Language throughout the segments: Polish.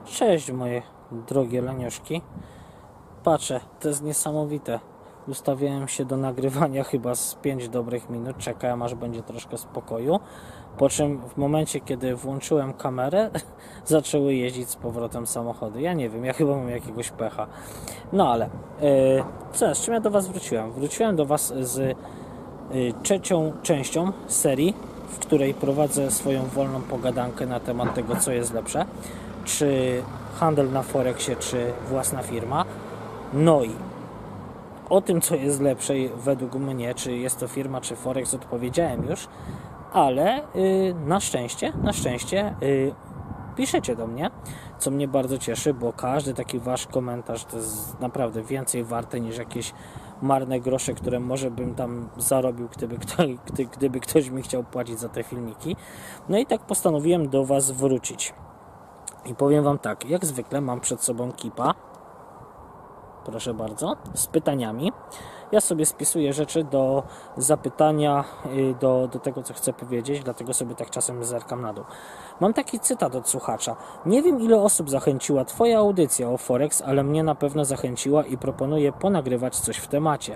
Cześć moje drogie leniuszki. Patrzę, to jest niesamowite. Ustawiałem się do nagrywania chyba z 5 dobrych minut. Czekałem aż będzie troszkę spokoju. Po czym w momencie, kiedy włączyłem kamerę, zaczęły jeździć z powrotem samochody. Ja nie wiem, ja chyba mam jakiegoś pecha. No ale, z czym ja do Was wróciłem? Wróciłem do Was z trzecią częścią serii, w której prowadzę swoją wolną pogadankę na temat tego, co jest lepsze. Czy handel na Forexie, czy własna firma. No i o tym, co jest lepsze według mnie, czy jest to firma, czy Forex, odpowiedziałem już, ale na szczęście piszecie do mnie, co mnie bardzo cieszy, bo każdy taki Wasz komentarz to jest naprawdę więcej warte niż jakieś marne grosze, które może bym tam zarobił, gdyby ktoś mi chciał płacić za te filmiki. No i tak postanowiłem do Was wrócić. I powiem Wam tak, jak zwykle mam przed sobą kipa, proszę bardzo, z pytaniami. Ja sobie spisuję rzeczy do zapytania, do tego, co chcę powiedzieć, dlatego sobie tak czasem zerkam na dół. Mam taki cytat od słuchacza. Nie wiem, ile osób zachęciła Twoja audycja o Forex, ale mnie na pewno zachęciła i proponuję ponagrywać coś w temacie.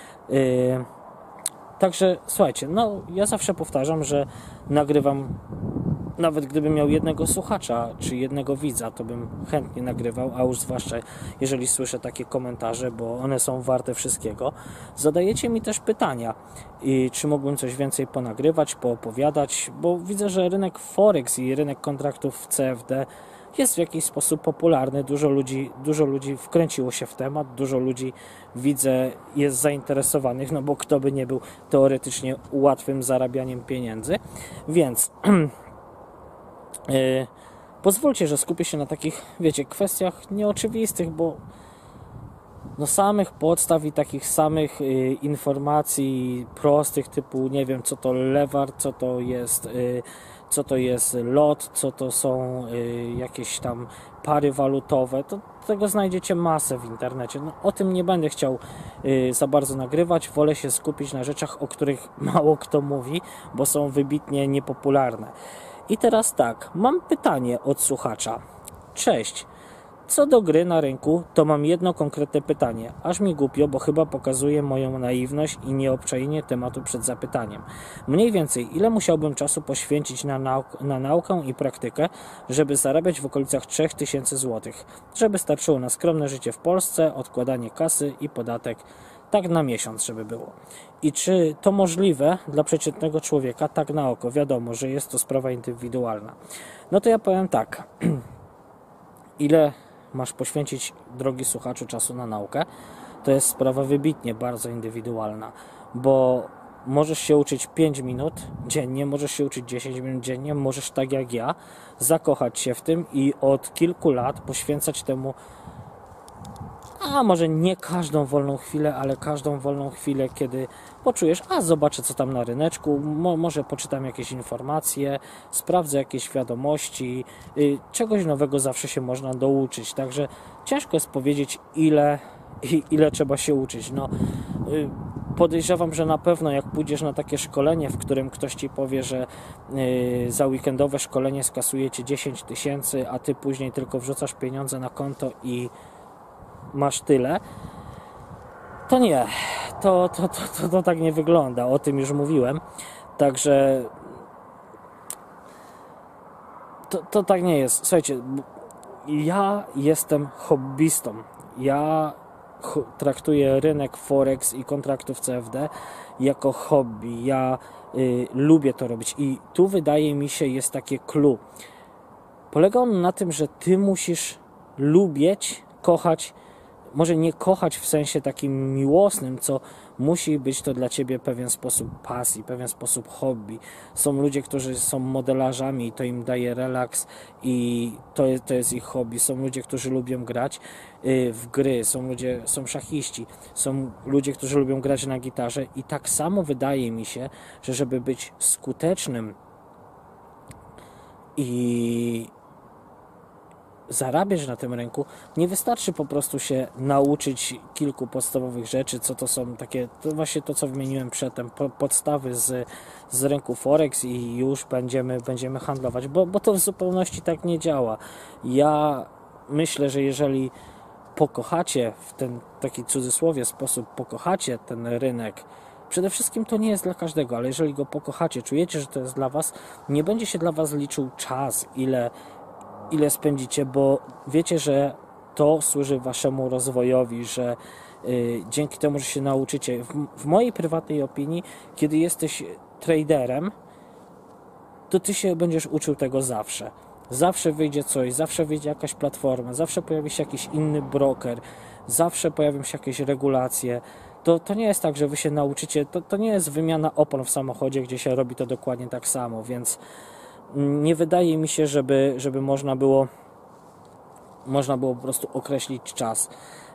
Także słuchajcie, no ja zawsze powtarzam, że nagrywam, nawet gdybym miał jednego słuchacza czy jednego widza, to bym chętnie nagrywał, a już zwłaszcza jeżeli słyszę takie komentarze, bo one są warte wszystkiego. Zadajecie mi też pytania, czy mógłbym coś więcej ponagrywać, poopowiadać, bo widzę, że rynek Forex i rynek kontraktów w CFD jest w jakiś sposób popularny, dużo ludzi wkręciło się w temat, dużo ludzi, widzę, jest zainteresowanych, no bo kto by nie był teoretycznie łatwym zarabianiem pieniędzy, więc pozwólcie, że skupię się na takich, wiecie, kwestiach nieoczywistych, bo no samych podstaw i takich samych informacji prostych, typu nie wiem, co to lewar, co to jest lot, co to są jakieś tam pary walutowe, to tego znajdziecie masę w internecie. No, o tym nie będę chciał za bardzo nagrywać, wolę się skupić na rzeczach, o których mało kto mówi, bo są wybitnie niepopularne. I teraz tak, mam pytanie od słuchacza. Cześć. Co do gry na rynku, to mam jedno konkretne pytanie. Aż mi głupio, bo chyba pokazuje moją naiwność i nieobczajenie tematu przed zapytaniem. Mniej więcej, ile musiałbym czasu poświęcić na naukę i praktykę, żeby zarabiać w okolicach 3000 zł, żeby starczyło na skromne życie w Polsce, odkładanie kasy i podatek, tak na miesiąc, żeby było. I czy to możliwe dla przeciętnego człowieka, tak na oko? Wiadomo, że jest to sprawa indywidualna. No to ja powiem tak. Ile masz poświęcić, drogi słuchaczu, czasu na naukę, to jest sprawa wybitnie bardzo indywidualna, bo możesz się uczyć 5 minut dziennie, możesz się uczyć 10 minut dziennie, możesz tak jak ja zakochać się w tym i od kilku lat poświęcać temu, a może nie każdą wolną chwilę, ale każdą wolną chwilę, kiedy poczujesz, zobaczę co tam na ryneczku, może poczytam jakieś informacje, sprawdzę jakieś wiadomości, czegoś nowego zawsze się można douczyć, także ciężko jest powiedzieć ile trzeba się uczyć. No, podejrzewam, że na pewno jak pójdziesz na takie szkolenie, w którym ktoś Ci powie, że za weekendowe szkolenie skasujecie 10 000, a Ty później tylko wrzucasz pieniądze na konto i masz tyle, to nie, to tak nie wygląda, o tym już mówiłem, także to tak nie jest. Słuchajcie, ja jestem hobbystą, ja traktuję rynek Forex i kontraktów CFD jako hobby, ja lubię to robić i tu wydaje mi się jest takie clue. Polega on na tym, że Ty musisz lubić, kochać, może nie kochać w sensie takim miłosnym, co musi być to dla Ciebie pewien sposób pasji, pewien sposób hobby. Są ludzie, którzy są modelarzami i to im daje relaks i to jest ich hobby. Są ludzie, którzy lubią grać w gry, są szachiści, są ludzie, którzy lubią grać na gitarze i tak samo wydaje mi się, że żeby być skutecznym i zarabiać na tym rynku, nie wystarczy po prostu się nauczyć kilku podstawowych rzeczy, co to są takie, to właśnie to, co wymieniłem przedtem, podstawy z rynku Forex i już będziemy handlować, bo to w zupełności tak nie działa. Ja myślę, że jeżeli pokochacie w ten taki cudzysłowie sposób, pokochacie ten rynek, przede wszystkim to nie jest dla każdego, ale jeżeli go pokochacie, czujecie, że to jest dla was, nie będzie się dla was liczył czas, ile spędzicie, bo wiecie, że to służy waszemu rozwojowi, że dzięki temu, że się nauczycie. W mojej prywatnej opinii, kiedy jesteś traderem, to ty się będziesz uczył tego zawsze. Zawsze wyjdzie coś, zawsze wyjdzie jakaś platforma, zawsze pojawi się jakiś inny broker, zawsze pojawią się jakieś regulacje. To nie jest tak, że wy się nauczycie, to nie jest wymiana opon w samochodzie, gdzie się robi to dokładnie tak samo, więc nie wydaje mi się, żeby można było po prostu określić czas.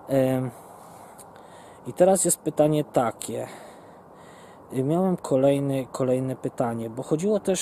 I teraz jest pytanie takie. Miałem kolejne pytanie, bo chodziło też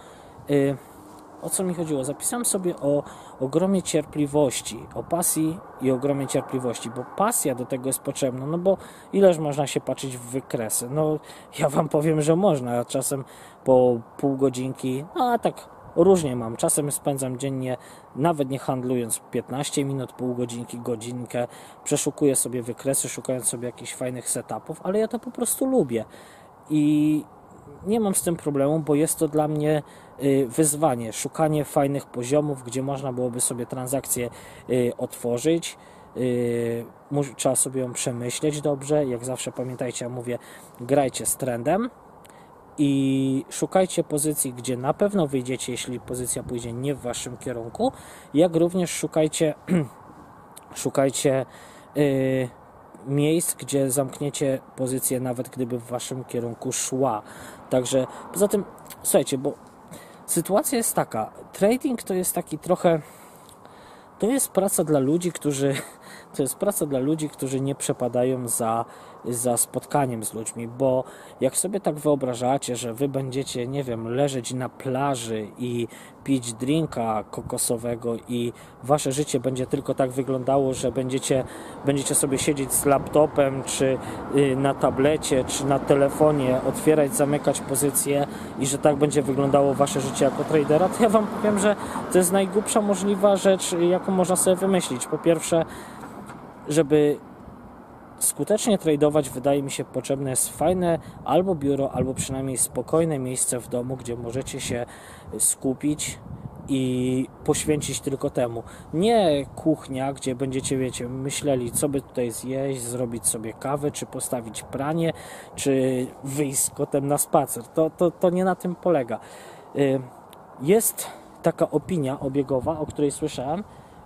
o co mi chodziło? Zapisałem sobie o ogromie cierpliwości, o pasji i ogromie cierpliwości, bo pasja do tego jest potrzebna, no bo ileż można się patrzeć w wykresy? No ja wam powiem, że można, ja czasem po pół godzinki, no a tak różnie mam, czasem spędzam dziennie, nawet nie handlując, 15 minut, pół godzinki, godzinkę, przeszukuję sobie wykresy, szukając sobie jakichś fajnych setupów, ale ja to po prostu lubię i nie mam z tym problemu, bo jest to dla mnie wyzwanie, szukanie fajnych poziomów, gdzie można byłoby sobie transakcję otworzyć. Trzeba sobie ją przemyśleć dobrze. Jak zawsze pamiętajcie, ja mówię, grajcie z trendem i szukajcie pozycji, gdzie na pewno wyjdziecie, jeśli pozycja pójdzie nie w waszym kierunku, jak również szukajcie miejsc, gdzie zamkniecie pozycję, nawet gdyby w waszym kierunku szła. Także poza tym, słuchajcie, bo sytuacja jest taka, trading to jest taki trochę, to jest praca dla ludzi, którzy nie przepadają za spotkaniem z ludźmi, bo jak sobie tak wyobrażacie, że wy będziecie, nie wiem, leżeć na plaży i pić drinka kokosowego i wasze życie będzie tylko tak wyglądało, że będziecie sobie siedzieć z laptopem, czy na tablecie, czy na telefonie, otwierać, zamykać pozycje i że tak będzie wyglądało wasze życie jako tradera, to ja wam powiem, że to jest najgłupsza możliwa rzecz, jaką można sobie wymyślić. Po pierwsze, żeby skutecznie tradować, wydaje mi się, potrzebne jest fajne albo biuro, albo przynajmniej spokojne miejsce w domu, gdzie możecie się skupić i poświęcić tylko temu. Nie kuchnia, gdzie będziecie, wiecie, myśleli, co by tutaj zjeść, zrobić sobie kawę, czy postawić pranie, czy wyjść z kotem na spacer. To nie na tym polega. Jest taka opinia obiegowa, o której słyszałem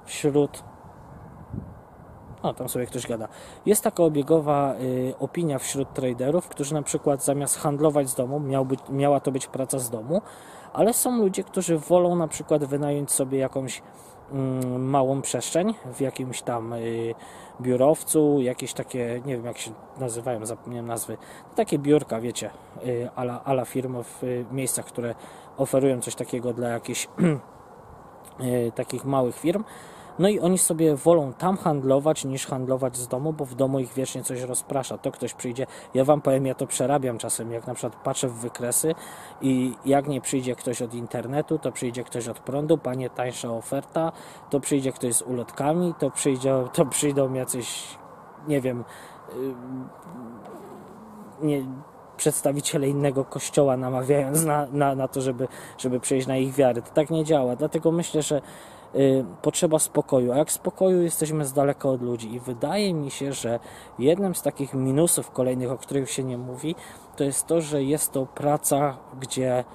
tam sobie ktoś gada. Jest taka obiegowa opinia wśród traderów, którzy na przykład zamiast handlować z domu, miała to być praca z domu, ale są ludzie, którzy wolą na przykład wynająć sobie jakąś małą przestrzeń w jakimś tam biurowcu, jakieś takie, nie wiem jak się nazywają, zapomniałem nazwy, takie biurka, wiecie, a la firmy w miejscach, które oferują coś takiego dla jakichś takich małych firm. No i oni sobie wolą tam handlować niż handlować z domu, bo w domu ich wiecznie coś rozprasza. To ktoś przyjdzie, ja wam powiem, ja to przerabiam czasem, jak na przykład patrzę w wykresy i jak nie przyjdzie ktoś od internetu, to przyjdzie ktoś od prądu, panie, tańsza oferta, to przyjdzie ktoś z ulotkami, to przyjdą jacyś, nie wiem, przedstawiciele innego kościoła, namawiając na to, żeby przejść na ich wiarę. To tak nie działa, dlatego myślę, że potrzeba spokoju, a jak spokoju jesteśmy z daleka od ludzi i wydaje mi się, że jednym z takich minusów kolejnych, o których się nie mówi, to jest to, że jest to praca, gdzie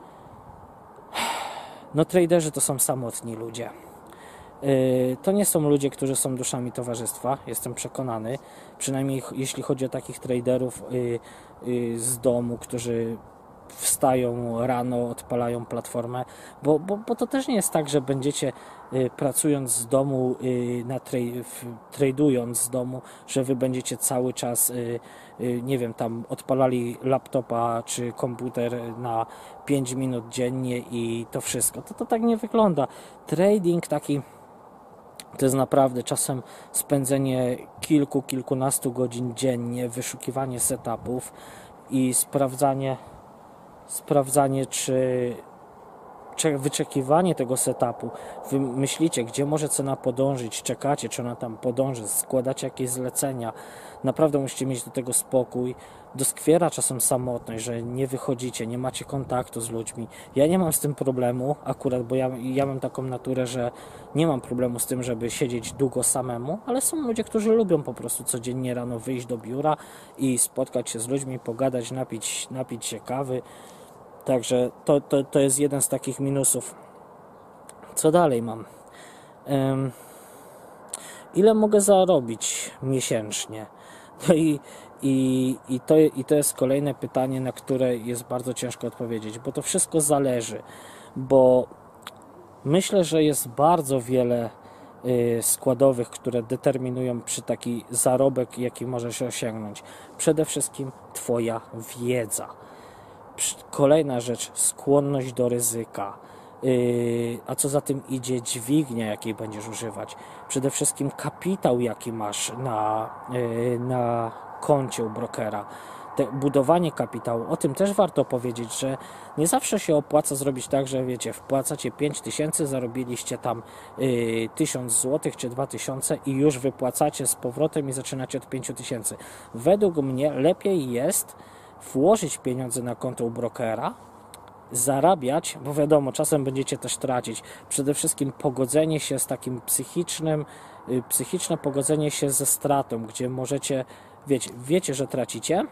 traderzy to są samotni ludzie. To nie są ludzie, którzy są duszami towarzystwa, jestem przekonany, przynajmniej jeśli chodzi o takich traderów z domu, którzy wstają rano, odpalają platformę, bo to też nie jest tak, że będziecie pracując z domu, tradując z domu, że wy będziecie cały czas, nie wiem, tam odpalali laptopa czy komputer na 5 minut dziennie i to wszystko. To tak nie wygląda. Trading taki to jest naprawdę czasem spędzenie kilkunastu godzin dziennie, wyszukiwanie setupów i sprawdzanie, wyczekiwanie tego setupu, wy myślicie, gdzie może cena podążyć, czekacie, czy ona tam podąży, składacie jakieś zlecenia, naprawdę musicie mieć do tego spokój. Doskwiera czasem samotność, że nie wychodzicie, nie macie kontaktu z ludźmi. Ja nie mam z tym problemu akurat, bo ja mam taką naturę, że nie mam problemu z tym, żeby siedzieć długo samemu, ale są ludzie, którzy lubią po prostu codziennie rano wyjść do biura i spotkać się z ludźmi, pogadać, napić się kawy. Także to jest jeden z takich minusów. Co dalej mam? Ile mogę zarobić miesięcznie? No i to jest kolejne pytanie, na które jest bardzo ciężko odpowiedzieć, bo to wszystko zależy, bo myślę, że jest bardzo wiele składowych, które determinują przy taki zarobek, jaki możesz osiągnąć. Przede wszystkim Twoja wiedza. Kolejna rzecz, skłonność do ryzyka. A co za tym idzie, dźwignia, jakiej będziesz używać. Przede wszystkim kapitał, jaki masz na koncie u brokera. Budowanie kapitału, o tym też warto powiedzieć, że nie zawsze się opłaca zrobić tak, że wiecie, wpłacacie 5000, zarobiliście tam 1000 zł czy 2000 i już wypłacacie z powrotem i zaczynacie od 5000. Według mnie lepiej jest włożyć pieniądze na konto u brokera, zarabiać, bo wiadomo, czasem będziecie też tracić. Przede wszystkim pogodzenie się z takim psychiczne pogodzenie się ze stratą, gdzie możecie, wiecie, że tracicie.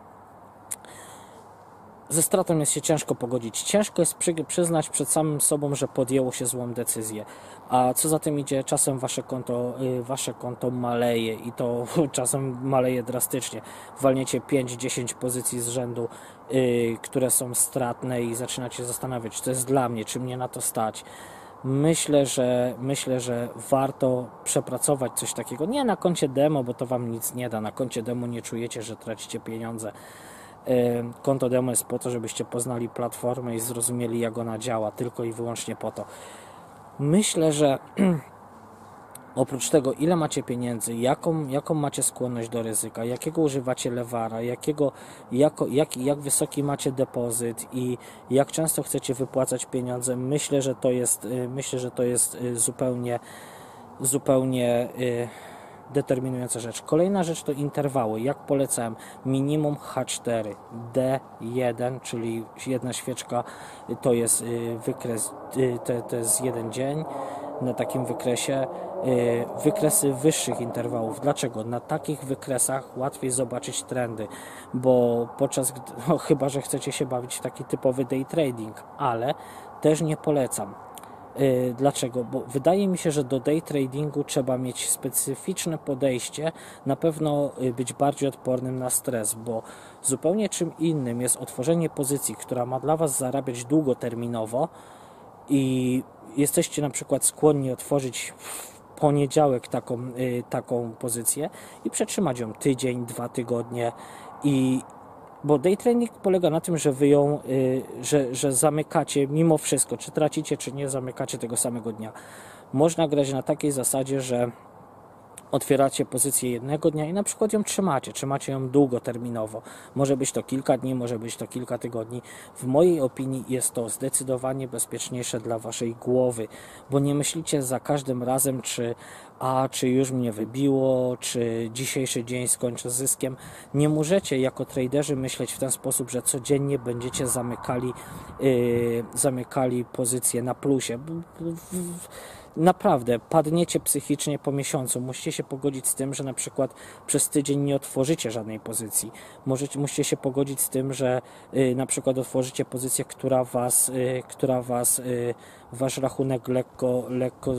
Ze stratą jest się ciężko pogodzić. Ciężko jest przyznać przed samym sobą, że podjęło się złą decyzję. A co za tym idzie, czasem wasze konto maleje i to czasem maleje drastycznie. Walniecie 5-10 pozycji z rzędu, które są stratne i zaczynacie zastanawiać, czy to jest dla mnie, czy mnie na to stać. Myślę, że warto przepracować coś takiego. Nie na koncie demo, bo to wam nic nie da. Na koncie demo nie czujecie, że tracicie pieniądze. Konto demo jest po to, żebyście poznali platformę i zrozumieli, jak ona działa, tylko i wyłącznie po to. Myślę, że oprócz tego, ile macie pieniędzy, jaką macie skłonność do ryzyka, jakiego używacie lewara, jak wysoki macie depozyt i jak często chcecie wypłacać pieniądze, myślę, że to jest zupełnie determinująca rzecz. Kolejna rzecz to interwały. Jak polecałem, minimum H4, D1, czyli jedna świeczka to jest wykres, to jest jeden dzień na takim wykresie. Wykresy wyższych interwałów. Dlaczego? Na takich wykresach łatwiej zobaczyć trendy, bo chyba że chcecie się bawić w taki typowy day trading, ale też nie polecam. Dlaczego? Bo wydaje mi się, że do day tradingu trzeba mieć specyficzne podejście, na pewno być bardziej odpornym na stres, bo zupełnie czym innym jest otworzenie pozycji, która ma dla Was zarabiać długoterminowo i jesteście na przykład skłonni otworzyć w poniedziałek taką pozycję i przetrzymać ją tydzień, 2 tygodnie bo day trading polega na tym, że wy ją, że zamykacie mimo wszystko, czy tracicie, czy nie, zamykacie tego samego dnia. Można grać na takiej zasadzie, że otwieracie pozycję jednego dnia i na przykład ją trzymacie ją długoterminowo. Może być to kilka dni, może być to kilka tygodni. W mojej opinii jest to zdecydowanie bezpieczniejsze dla waszej głowy, bo nie myślicie za każdym razem, czy już mnie wybiło, czy dzisiejszy dzień skończę z zyskiem. Nie możecie jako traderzy myśleć w ten sposób, że codziennie będziecie zamykali pozycję na plusie. Naprawdę, padniecie psychicznie po miesiącu. Musicie się pogodzić z tym, że na przykład przez tydzień nie otworzycie żadnej pozycji. Musicie się pogodzić z tym, że na przykład otworzycie pozycję, która wasz rachunek lekko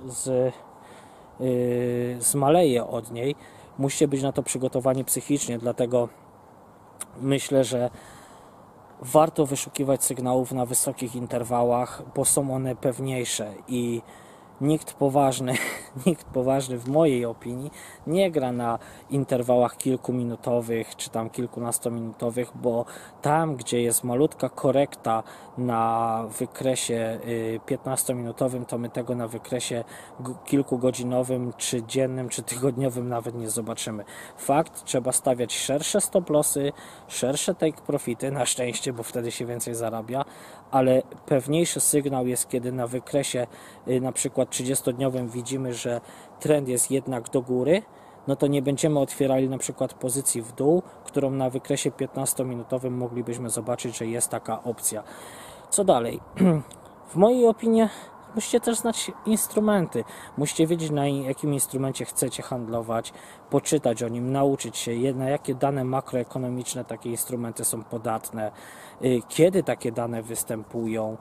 zmaleje od niej. Musicie być na to przygotowani psychicznie, dlatego myślę, że warto wyszukiwać sygnałów na wysokich interwałach, bo są one pewniejsze i nikt poważny nikt poważny w mojej opinii nie gra na interwałach kilkuminutowych czy tam kilkunastominutowych, bo tam, gdzie jest malutka korekta na wykresie 15-minutowym, to my tego na wykresie kilkugodzinowym, czy dziennym, czy tygodniowym nawet nie zobaczymy. Fakt, trzeba stawiać szersze stop lossy, szersze take profity, na szczęście, bo wtedy się więcej zarabia, ale pewniejszy sygnał jest, kiedy na wykresie na przykład 30-dniowym widzimy, że trend jest jednak do góry, no to nie będziemy otwierali na przykład pozycji w dół, którą na wykresie 15-minutowym moglibyśmy zobaczyć, że jest taka opcja. Co dalej? W mojej opinii musicie też znać instrumenty. Musicie wiedzieć, na jakim instrumencie chcecie handlować, poczytać o nim, nauczyć się, na jakie dane makroekonomiczne takie instrumenty są podatne, kiedy takie dane występują.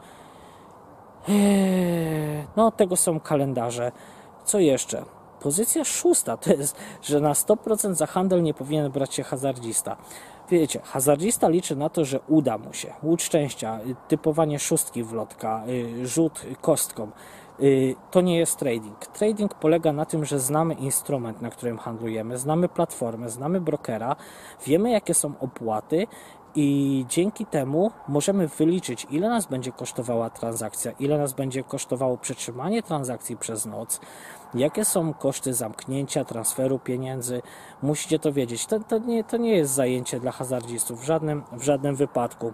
No, od tego są kalendarze. Co jeszcze? Pozycja szósta to jest, że na 100% za handel nie powinien brać się hazardzista. Wiecie, hazardzista liczy na to, że uda mu się. Łód szczęścia, typowanie szóstki wlotka, rzut kostką. To nie jest trading. Trading polega na tym, że znamy instrument, na którym handlujemy, znamy platformę, znamy brokera, wiemy, jakie są opłaty i dzięki temu możemy wyliczyć, ile nas będzie kosztowała transakcja, ile nas będzie kosztowało przetrzymanie transakcji przez noc, jakie są koszty zamknięcia, transferu pieniędzy. Musicie to wiedzieć. To nie jest zajęcie dla hazardzistów w żadnym wypadku.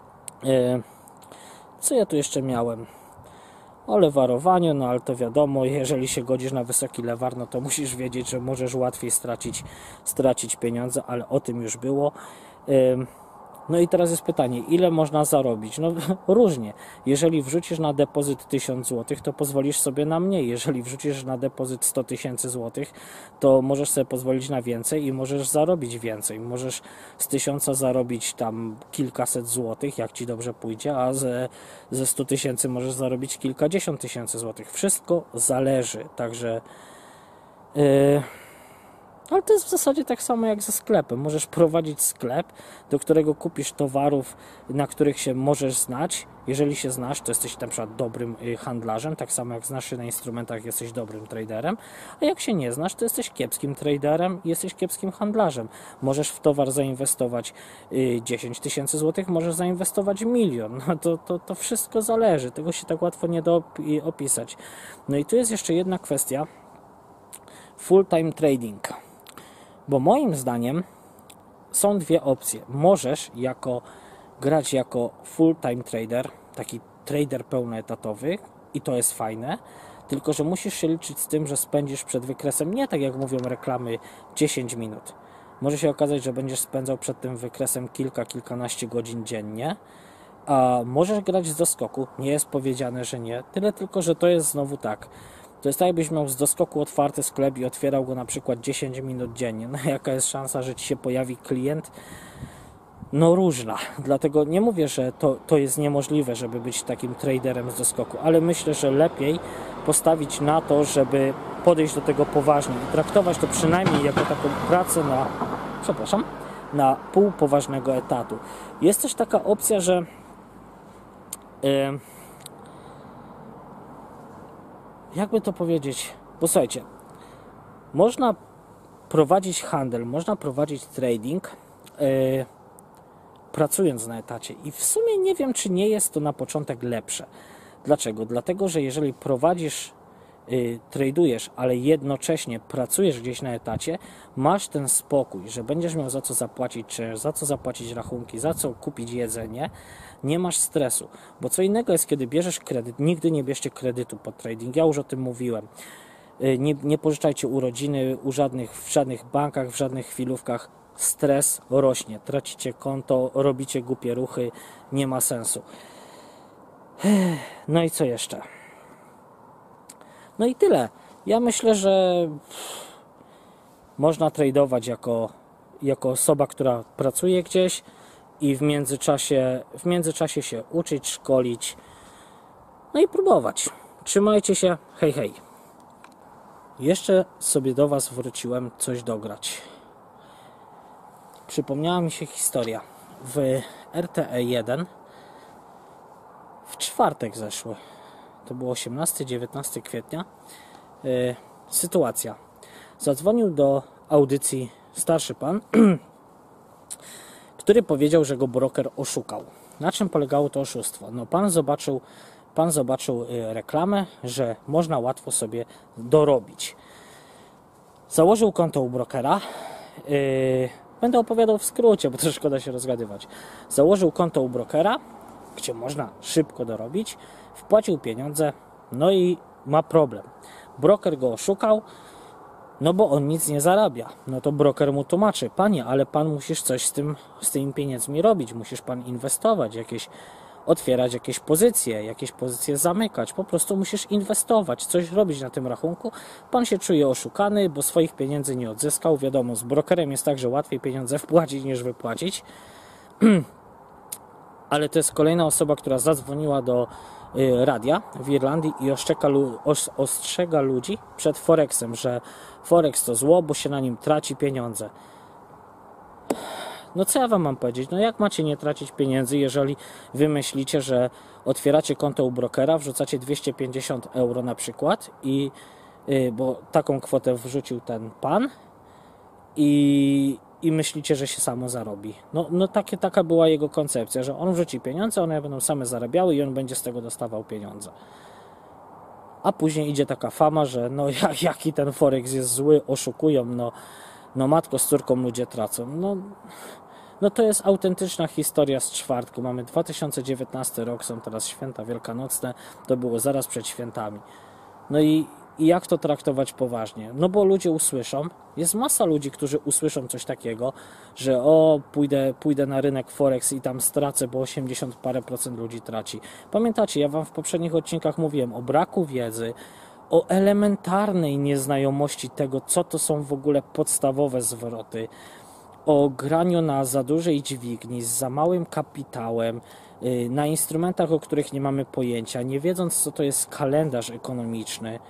Co ja tu jeszcze miałem? O lewarowaniu, no ale to wiadomo, jeżeli się godzisz na wysoki lewar, no to musisz wiedzieć, że możesz łatwiej stracić pieniądze, ale o tym już było. No i teraz jest pytanie, ile można zarobić? No różnie. Jeżeli wrzucisz na depozyt 1000 zł, to pozwolisz sobie na mniej. Jeżeli wrzucisz na depozyt 100 000 złotych, to możesz sobie pozwolić na więcej i możesz zarobić więcej. Możesz z 1000 zarobić tam kilkaset złotych, jak ci dobrze pójdzie, a ze 100 000 możesz zarobić kilkadziesiąt tysięcy złotych. Wszystko zależy, także... Ale to jest w zasadzie tak samo jak ze sklepem. Możesz prowadzić sklep, do którego kupisz towarów, na których się możesz znać. Jeżeli się znasz, to jesteś na przykład dobrym handlarzem, tak samo jak znasz się na instrumentach, jesteś dobrym traderem. A jak się nie znasz, to jesteś kiepskim traderem i jesteś kiepskim handlarzem. Możesz w towar zainwestować 10 000 złotych, możesz zainwestować 1 000 000. No to wszystko zależy. Tego się tak łatwo nie da opisać. No i tu jest jeszcze jedna kwestia. Full-time trading. Bo moim zdaniem są dwie opcje. Możesz grać jako full-time trader, taki trader pełnoetatowy i to jest fajne, tylko że musisz się liczyć z tym, że spędzisz przed wykresem, nie tak jak mówią reklamy, 10 minut. Może się okazać, że będziesz spędzał przed tym wykresem kilkanaście godzin dziennie, a możesz grać z doskoku, nie jest powiedziane, że nie, tyle tylko, że to jest znowu tak. To jest tak, jakbyś miał z doskoku otwarty sklep i otwierał go na przykład 10 minut dziennie. No jaka jest szansa, że ci się pojawi klient? No różna. Dlatego nie mówię, że to jest niemożliwe, żeby być takim traderem z doskoku, ale myślę, że lepiej postawić na to, żeby podejść do tego poważnie i traktować to przynajmniej jako taką pracę na pół poważnego etatu. Jest też taka opcja, że jakby to powiedzieć, bo słuchajcie, można prowadzić handel, można prowadzić trading pracując na etacie i w sumie nie wiem, czy nie jest to na początek lepsze. Dlaczego? Dlatego, że jeżeli tradujesz, ale jednocześnie pracujesz gdzieś na etacie, masz ten spokój, że będziesz miał za co zapłacić czynsz, za co zapłacić rachunki, za co kupić jedzenie, nie masz stresu, bo co innego jest, kiedy bierzesz kredyt. Nigdy nie bierzcie kredytu pod trading, ja już o tym mówiłem. Nie pożyczajcie u rodziny, w żadnych bankach, w żadnych chwilówkach. Stres rośnie, tracicie konto, robicie głupie ruchy, nie ma sensu. No i co jeszcze? No i tyle. Ja myślę, że można tradować jako osoba, która pracuje gdzieś i w międzyczasie się uczyć, szkolić, no i próbować. Trzymajcie się, hej hej. Jeszcze sobie do Was wróciłem coś dograć. Przypomniała mi się historia. W RTE 1 w czwartek zeszły, to było 18-19 kwietnia, sytuacja. Zadzwonił do audycji starszy pan, który powiedział, że go broker oszukał. Na czym polegało to oszustwo? No pan zobaczył reklamę, że można łatwo sobie dorobić. Założył konto u brokera. Będę opowiadał w skrócie, bo to szkoda się rozgadywać. Założył konto u brokera, gdzie można szybko dorobić, wpłacił pieniądze, no i ma problem. Broker go oszukał, no bo on nic nie zarabia. No to broker mu tłumaczy: panie, ale pan musisz coś z tymi pieniędzmi robić, musisz pan inwestować, otwierać jakieś pozycje zamykać, po prostu musisz inwestować, coś robić na tym rachunku. Pan się czuje oszukany, bo swoich pieniędzy nie odzyskał. Wiadomo, z brokerem jest tak, że łatwiej pieniądze wpłacić niż wypłacić. Ale to jest kolejna osoba, która zadzwoniła do radia w Irlandii i ostrzega ludzi przed Forexem, że Forex to zło, bo się na nim traci pieniądze. No co ja wam mam powiedzieć? No jak macie nie tracić pieniędzy, jeżeli wy myślicie, że otwieracie konto u brokera, wrzucacie 250 euro na przykład, bo taką kwotę wrzucił ten pan i myślicie, że się samo zarobi. No taka była jego koncepcja, że on wrzuci pieniądze, one będą same zarabiały i on będzie z tego dostawał pieniądze. A później idzie taka fama, że no jaki ten Forex jest zły, oszukują, no matko z córką ludzie tracą. No to jest autentyczna historia z czwartku. Mamy 2019 rok, są teraz święta wielkanocne, to było zaraz przed świętami. No i jak to traktować poważnie? No bo ludzie usłyszą, jest masa ludzi, którzy usłyszą coś takiego, że pójdę na rynek Forex i tam stracę, bo 80 parę procent ludzi traci. Pamiętacie, ja wam w poprzednich odcinkach mówiłem o braku wiedzy, o elementarnej nieznajomości tego, co to są w ogóle podstawowe zwroty, o graniu na za dużej dźwigni, z za małym kapitałem, na instrumentach, o których nie mamy pojęcia, nie wiedząc, co to jest kalendarz ekonomiczny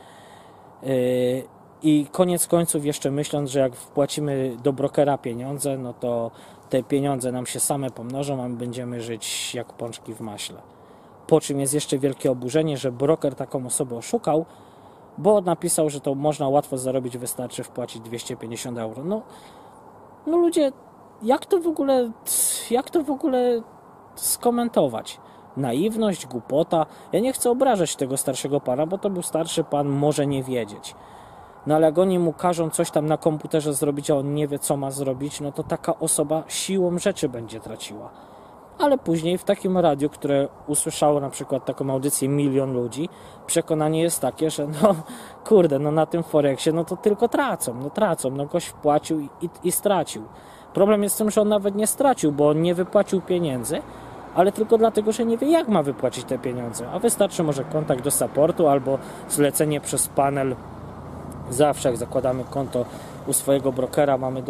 i koniec końców jeszcze myśląc, że jak wpłacimy do brokera pieniądze, no to te pieniądze nam się same pomnożą, a my będziemy żyć jak pączki w maśle. Po czym jest jeszcze wielkie oburzenie, że broker taką osobę oszukał, bo napisał, że to można łatwo zarobić, wystarczy wpłacić 250 euro. No ludzie, jak to w ogóle skomentować? Naiwność, głupota. Ja nie chcę obrażać tego starszego pana, bo to był starszy pan, może nie wiedzieć. No ale jak oni mu każą coś tam na komputerze zrobić, a on nie wie, co ma zrobić, no to taka osoba siłą rzeczy będzie traciła. Ale później w takim radiu, które usłyszało na przykład taką audycję 1 000 000 ludzi, przekonanie jest takie, że na tym Forexie, no to tylko tracą, gość wpłacił i stracił. Problem jest w tym, że on nawet nie stracił, bo on nie wypłacił pieniędzy, ale tylko dlatego, że nie wie, jak ma wypłacić te pieniądze. A wystarczy może kontakt do supportu albo zlecenie przez panel. Zawsze jak zakładamy konto u swojego brokera, mamy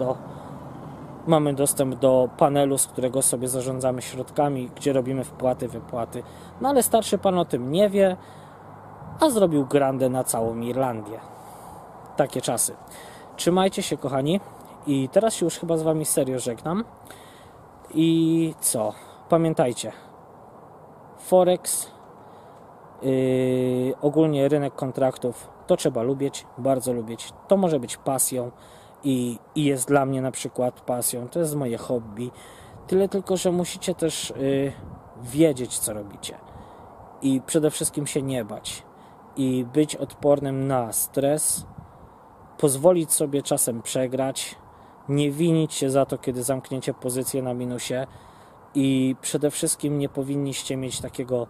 dostęp do panelu, z którego sobie zarządzamy środkami, gdzie robimy wpłaty, wypłaty. No ale starszy pan o tym nie wie, a zrobił grandę na całą Irlandię. Takie czasy. Trzymajcie się, kochani. I teraz się już chyba z wami serio żegnam. I co? Pamiętajcie. Forex, ogólnie rynek kontraktów, to trzeba lubić, bardzo lubić. To może być pasją i jest dla mnie na przykład pasją. To jest moje hobby. Tyle tylko, że musicie też wiedzieć, co robicie. I przede wszystkim się nie bać. I być odpornym na stres. Pozwolić sobie czasem przegrać. Nie winić się za to, kiedy zamkniecie pozycję na minusie. I przede wszystkim nie powinniście mieć takiego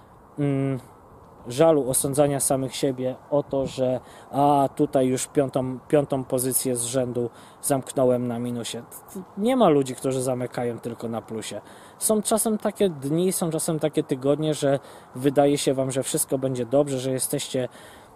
żalu, osądzania samych siebie o to, że tutaj już piątą pozycję z rzędu zamknąłem na minusie. Nie ma ludzi, którzy zamykają tylko na plusie. Są czasem takie dni, są czasem takie tygodnie, że wydaje się wam, że wszystko będzie dobrze, że jesteście...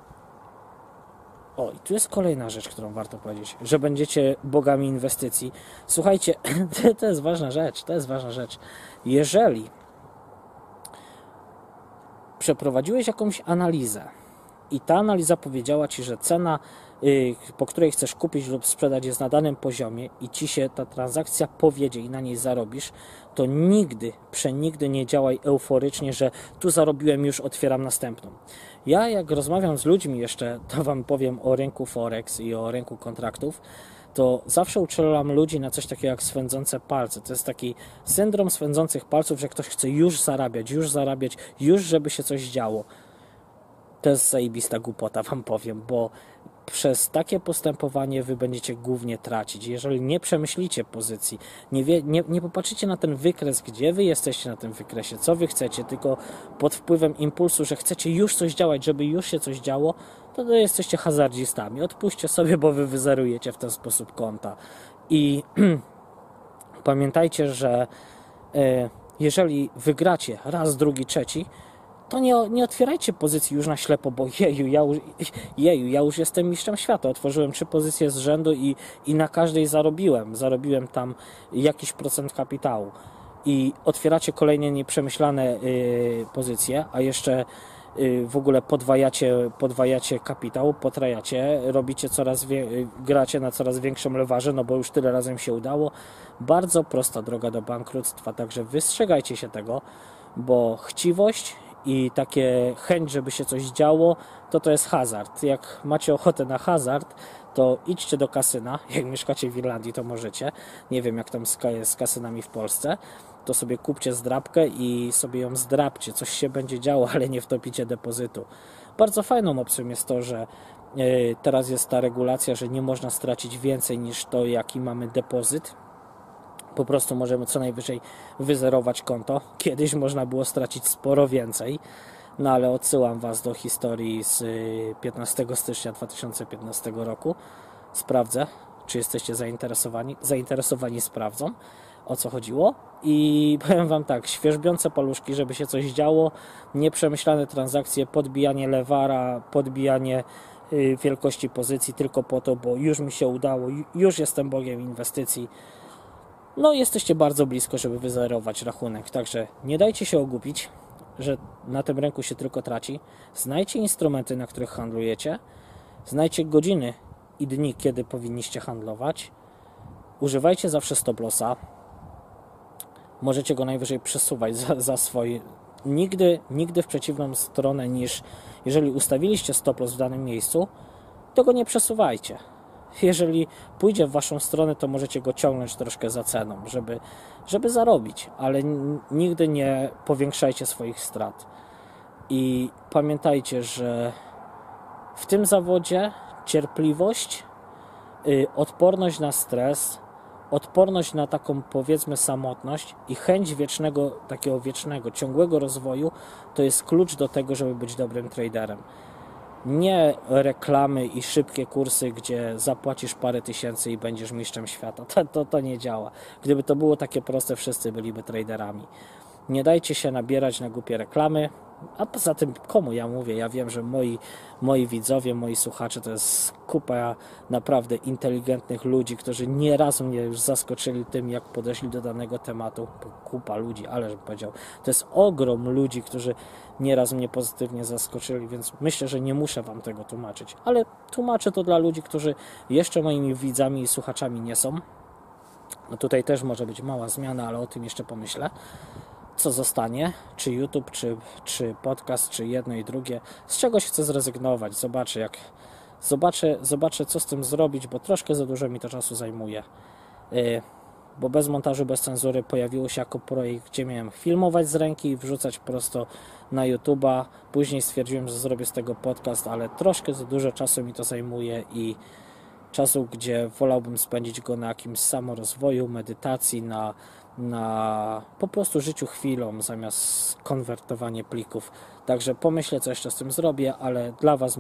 I tu jest kolejna rzecz, którą warto powiedzieć, że będziecie bogami inwestycji. Słuchajcie, to jest ważna rzecz. Jeżeli przeprowadziłeś jakąś analizę i ta analiza powiedziała Ci, że cena, po której chcesz kupić lub sprzedać, jest na danym poziomie i Ci się ta transakcja powiedzie i na niej zarobisz, to nigdy, przenigdy nie działaj euforycznie, że tu zarobiłem, już otwieram następną. Ja jak rozmawiam z ludźmi jeszcze, to Wam powiem o rynku Forex i o rynku kontraktów, to zawsze uczulam ludzi na coś takiego jak swędzące palce. To jest taki syndrom swędzących palców, że ktoś chce już zarabiać, już żeby się coś działo. To jest zajebista głupota, Wam powiem, bo przez takie postępowanie Wy będziecie głównie tracić. Jeżeli nie przemyślicie pozycji, nie popatrzycie na ten wykres, gdzie Wy jesteście na tym wykresie, co Wy chcecie, tylko pod wpływem impulsu, że chcecie już coś działać, żeby już się coś działo, to jesteście hazardzistami. Odpuśćcie sobie, bo Wy wyzerujecie w ten sposób konta. I pamiętajcie, że jeżeli wygracie raz, drugi, trzeci, to nie otwierajcie pozycji już na ślepo, bo ja już jestem mistrzem świata. Otworzyłem 3 pozycje z rzędu i na każdej zarobiłem tam jakiś procent kapitału. I otwieracie kolejne nieprzemyślane pozycje, a jeszcze w ogóle podwajacie kapitał, potrajacie, robicie gracie na coraz większym lewarze, no bo już tyle razem się udało. Bardzo prosta droga do bankructwa, także wystrzegajcie się tego, bo chciwość i takie chęć, żeby się coś działo, to jest hazard. Jak macie ochotę na hazard, to idźcie do kasyna. Jak mieszkacie w Irlandii, to możecie. Nie wiem, jak tam jest z kasynami w Polsce. To sobie kupcie zdrabkę i sobie ją zdrabcie. Coś się będzie działo, ale nie wtopicie depozytu. Bardzo fajną opcją jest to, że teraz jest ta regulacja, że nie można stracić więcej niż to, jaki mamy depozyt. Po prostu możemy co najwyżej wyzerować konto. Kiedyś można było stracić sporo więcej, no ale odsyłam Was do historii z 15 stycznia 2015 roku. Sprawdzę, czy jesteście zainteresowani. Zainteresowani sprawdzą, o co chodziło. I powiem Wam tak, świerzbiące paluszki, żeby się coś działo, nieprzemyślane transakcje, podbijanie lewara, podbijanie wielkości pozycji tylko po to, bo już mi się udało, już jestem bogiem inwestycji. No jesteście bardzo blisko, żeby wyzerować rachunek, także nie dajcie się ogłupić, że na tym rynku się tylko traci. Znajdźcie instrumenty, na których handlujecie, znajdźcie godziny i dni, kiedy powinniście handlować. Używajcie zawsze stop lossa. Możecie go najwyżej przesuwać za swoje. Nigdy w przeciwną stronę niż jeżeli ustawiliście stop loss w danym miejscu, to go nie przesuwajcie. Jeżeli pójdzie w Waszą stronę, to możecie go ciągnąć troszkę za ceną, żeby zarobić, ale nigdy nie powiększajcie swoich strat. I pamiętajcie, że w tym zawodzie cierpliwość, odporność na stres, odporność na taką, powiedzmy, samotność i chęć takiego wiecznego, ciągłego rozwoju to jest klucz do tego, żeby być dobrym traderem. Nie reklamy i szybkie kursy, gdzie zapłacisz parę tysięcy i będziesz mistrzem świata. To nie działa. Gdyby to było takie proste, wszyscy byliby traderami. Nie dajcie się nabierać na głupie reklamy. A poza tym, komu ja mówię? Ja wiem, że moi widzowie, moi słuchacze to jest kupa naprawdę inteligentnych ludzi, którzy nieraz mnie już zaskoczyli tym, jak podeszli do danego tematu. Kupa ludzi, ale żebym powiedział, to jest ogrom ludzi, którzy nieraz mnie pozytywnie zaskoczyli, więc myślę, że nie muszę Wam tego tłumaczyć. Ale tłumaczę to dla ludzi, którzy jeszcze moimi widzami i słuchaczami nie są. No tutaj też może być mała zmiana, ale o tym jeszcze pomyślę. Co zostanie, czy YouTube, czy podcast, czy jedno i drugie, z czegoś chcę zrezygnować, zobaczę co z tym zrobić, bo troszkę za dużo mi to czasu zajmuje, bo bez montażu, bez cenzury pojawiło się jako projekt, gdzie miałem filmować z ręki i wrzucać prosto na YouTube'a, później stwierdziłem, że zrobię z tego podcast, ale troszkę za dużo czasu mi to zajmuje i czasu, gdzie wolałbym spędzić go na jakimś samorozwoju, medytacji, na po prostu życiu chwilą zamiast konwertowanie plików. Także pomyślę, co jeszcze z tym zrobię, ale dla Was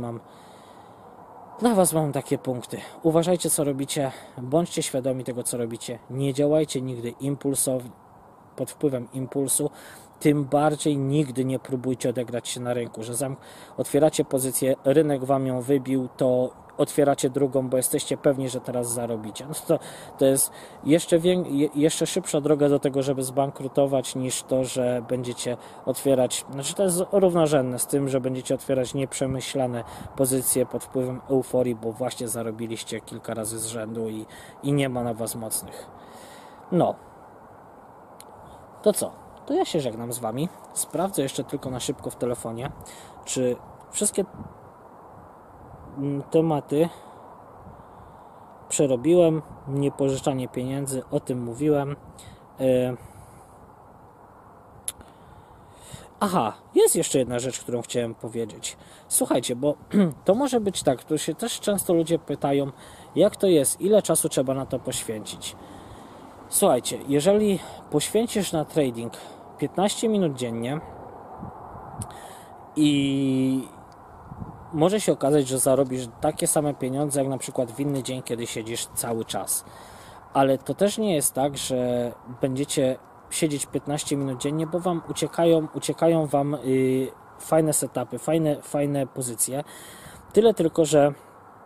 mam takie punkty. Uważajcie, co robicie, bądźcie świadomi tego, co robicie. Nie działajcie nigdy impulsownie, pod wpływem impulsu. Tym bardziej nigdy nie próbujcie odegrać się na rynku, że otwieracie pozycję, rynek Wam ją wybił, to otwieracie drugą, bo jesteście pewni, że teraz zarobicie. No to jest jeszcze szybsza droga do tego, żeby zbankrutować, niż to, że będziecie otwierać, znaczy to jest równorzędne z tym, że będziecie otwierać nieprzemyślane pozycje pod wpływem euforii, bo właśnie zarobiliście kilka razy z rzędu i nie ma na was mocnych. No, to co? To ja się żegnam z wami. Sprawdzę jeszcze tylko na szybko w telefonie, czy wszystkie tematy przerobiłem. Niepożyczanie pieniędzy, o tym mówiłem. Aha, jest jeszcze jedna rzecz, którą chciałem powiedzieć. Słuchajcie, bo to może być tak, tu się też często ludzie pytają, jak to jest, ile czasu trzeba na to poświęcić. Słuchajcie, jeżeli poświęcisz na trading 15 minut dziennie i może się okazać, że zarobisz takie same pieniądze, jak na przykład w inny dzień, kiedy siedzisz cały czas. Ale to też nie jest tak, że będziecie siedzieć 15 minut dziennie, bo wam uciekają wam fajne setupy, fajne pozycje. Tyle tylko, że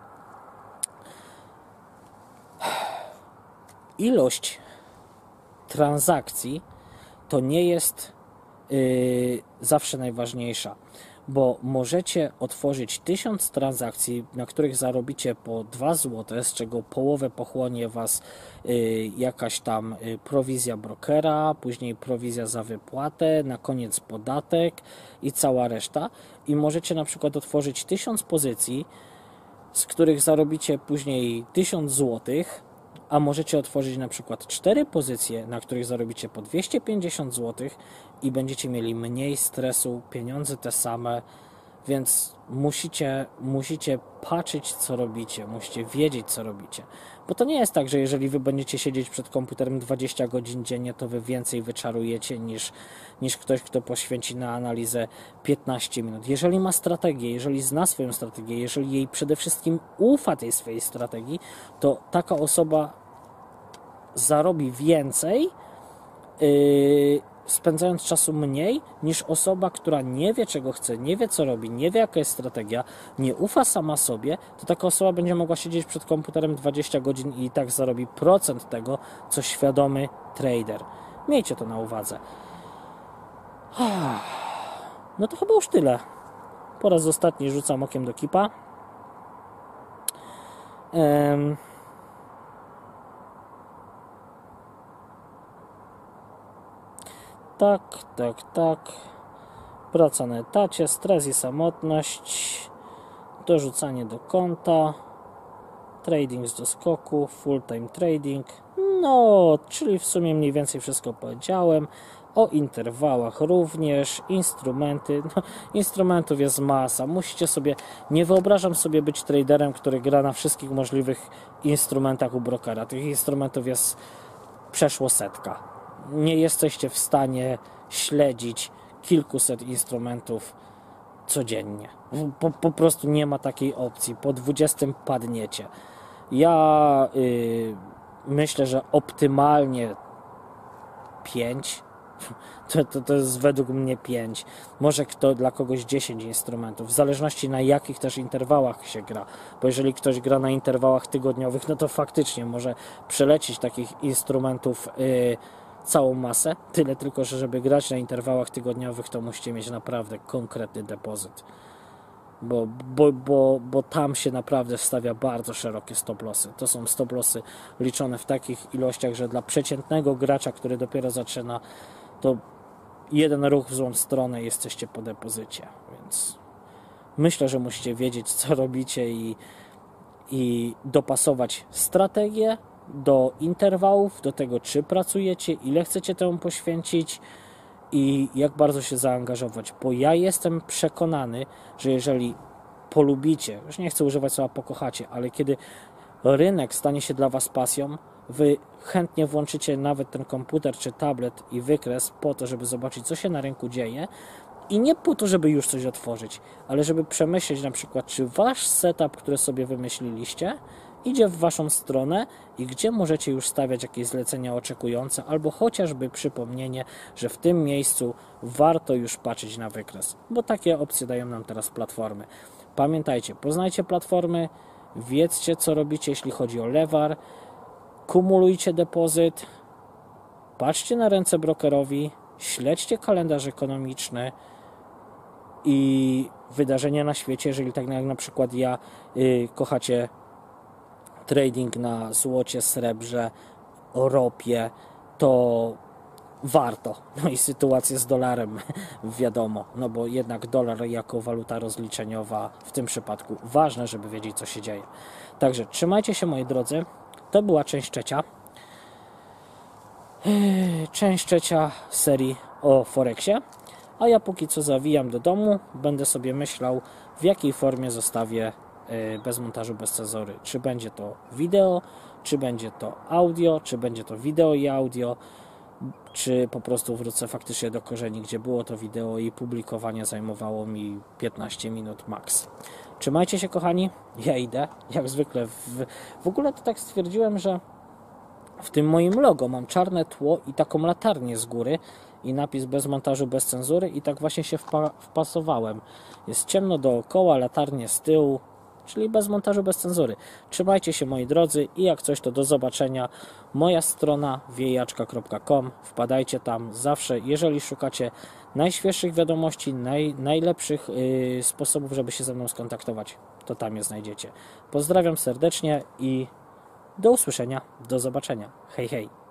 ilość transakcji to nie jest zawsze najważniejsza, bo możecie otworzyć 1000 transakcji, na których zarobicie po 2 zł, z czego połowę pochłonie was jakaś tam prowizja brokera, później prowizja za wypłatę, na koniec podatek i cała reszta. I możecie na przykład otworzyć 1000 pozycji, z których zarobicie później 1000 zł, a możecie otworzyć na przykład 4 pozycje, na których zarobicie po 250 zł i będziecie mieli mniej stresu, pieniądze te same, więc musicie patrzeć, co robicie, musicie wiedzieć, co robicie. Bo to nie jest tak, że jeżeli wy będziecie siedzieć przed komputerem 20 godzin dziennie, to wy więcej wyczarujecie niż ktoś, kto poświęci na analizę 15 minut. Jeżeli ma strategię, jeżeli zna swoją strategię, jeżeli jej przede wszystkim ufa tej swojej strategii, to taka osoba zarobi więcej, spędzając czasu mniej, niż osoba, która nie wie, czego chce, nie wie, co robi, nie wie, jaka jest strategia, nie ufa sama sobie, to taka osoba będzie mogła siedzieć przed komputerem 20 godzin i tak zarobi procent tego, co świadomy trader. Miejcie to na uwadze. No to chyba już tyle. Po raz ostatni rzucam okiem do Keepa. Tak. Praca na etacie, stres i samotność, dorzucanie do konta, trading z doskoku, full time trading. No, czyli w sumie mniej więcej wszystko powiedziałem. O interwałach również, instrumenty. No, instrumentów jest masa. Musicie sobie, nie wyobrażam sobie być traderem, który gra na wszystkich możliwych instrumentach u brokera. Tych instrumentów jest przeszło 100. Nie jesteście w stanie śledzić kilkuset instrumentów codziennie. Po prostu nie ma takiej opcji. Po 20 padniecie. Ja myślę, że optymalnie 5. To jest według mnie 5. Może dla kogoś 10 instrumentów. W zależności na jakich też interwałach się gra. Bo jeżeli ktoś gra na interwałach tygodniowych, no to faktycznie może przelecieć takich instrumentów całą masę. Tyle tylko, że żeby grać na interwałach tygodniowych, to musicie mieć naprawdę konkretny depozyt. Bo tam się naprawdę stawia bardzo szerokie stop-lossy. To są stop-lossy liczone w takich ilościach, że dla przeciętnego gracza, który dopiero zaczyna, to jeden ruch w złą stronę jesteście po depozycie. Więc myślę, że musicie wiedzieć, co robicie i dopasować strategię do interwałów, do tego, czy pracujecie, ile chcecie temu poświęcić i jak bardzo się zaangażować, bo ja jestem przekonany, że jeżeli polubicie, już nie chcę używać słowa pokochacie, ale kiedy rynek stanie się dla was pasją, wy chętnie włączycie nawet ten komputer czy tablet i wykres po to, żeby zobaczyć, co się na rynku dzieje i nie po to, żeby już coś otworzyć, ale żeby przemyśleć na przykład, czy wasz setup, który sobie wymyśliliście, idzie w waszą stronę i gdzie możecie już stawiać jakieś zlecenia oczekujące, albo chociażby przypomnienie, że w tym miejscu warto już patrzeć na wykres, bo takie opcje dają nam teraz platformy. Pamiętajcie, poznajcie platformy, wiedzcie co robicie jeśli chodzi o lewar, kumulujcie depozyt, patrzcie na ręce brokerowi, śledźcie kalendarz ekonomiczny i wydarzenia na świecie, jeżeli tak jak na przykład ja kochacie trading na złocie, srebrze, ropie, to warto. No i sytuację z dolarem wiadomo, no bo jednak dolar jako waluta rozliczeniowa w tym przypadku ważne, żeby wiedzieć co się dzieje. Także trzymajcie się moi drodzy, to była część trzecia serii o Forexie, a ja póki co zawijam do domu, będę sobie myślał w jakiej formie zostawię bez montażu, bez cenzury. Czy będzie to wideo, czy będzie to audio, czy będzie to wideo i audio, czy po prostu wrócę faktycznie do korzeni, gdzie było to wideo i publikowanie zajmowało mi 15 minut max. Trzymajcie się kochani, ja idę, jak zwykle. W ogóle to tak stwierdziłem, że w tym moim logo mam czarne tło i taką latarnię z góry i napis bez montażu, bez cenzury i tak właśnie się wpasowałem. Jest ciemno dookoła, latarnie z tyłu, czyli bez montażu, bez cenzury. Trzymajcie się moi drodzy i jak coś to do zobaczenia. Moja strona wiejaczka.com, wpadajcie tam zawsze, jeżeli szukacie najświeższych wiadomości, najlepszych sposobów, żeby się ze mną skontaktować, to tam je znajdziecie. Pozdrawiam serdecznie i do usłyszenia, do zobaczenia. Hej, hej.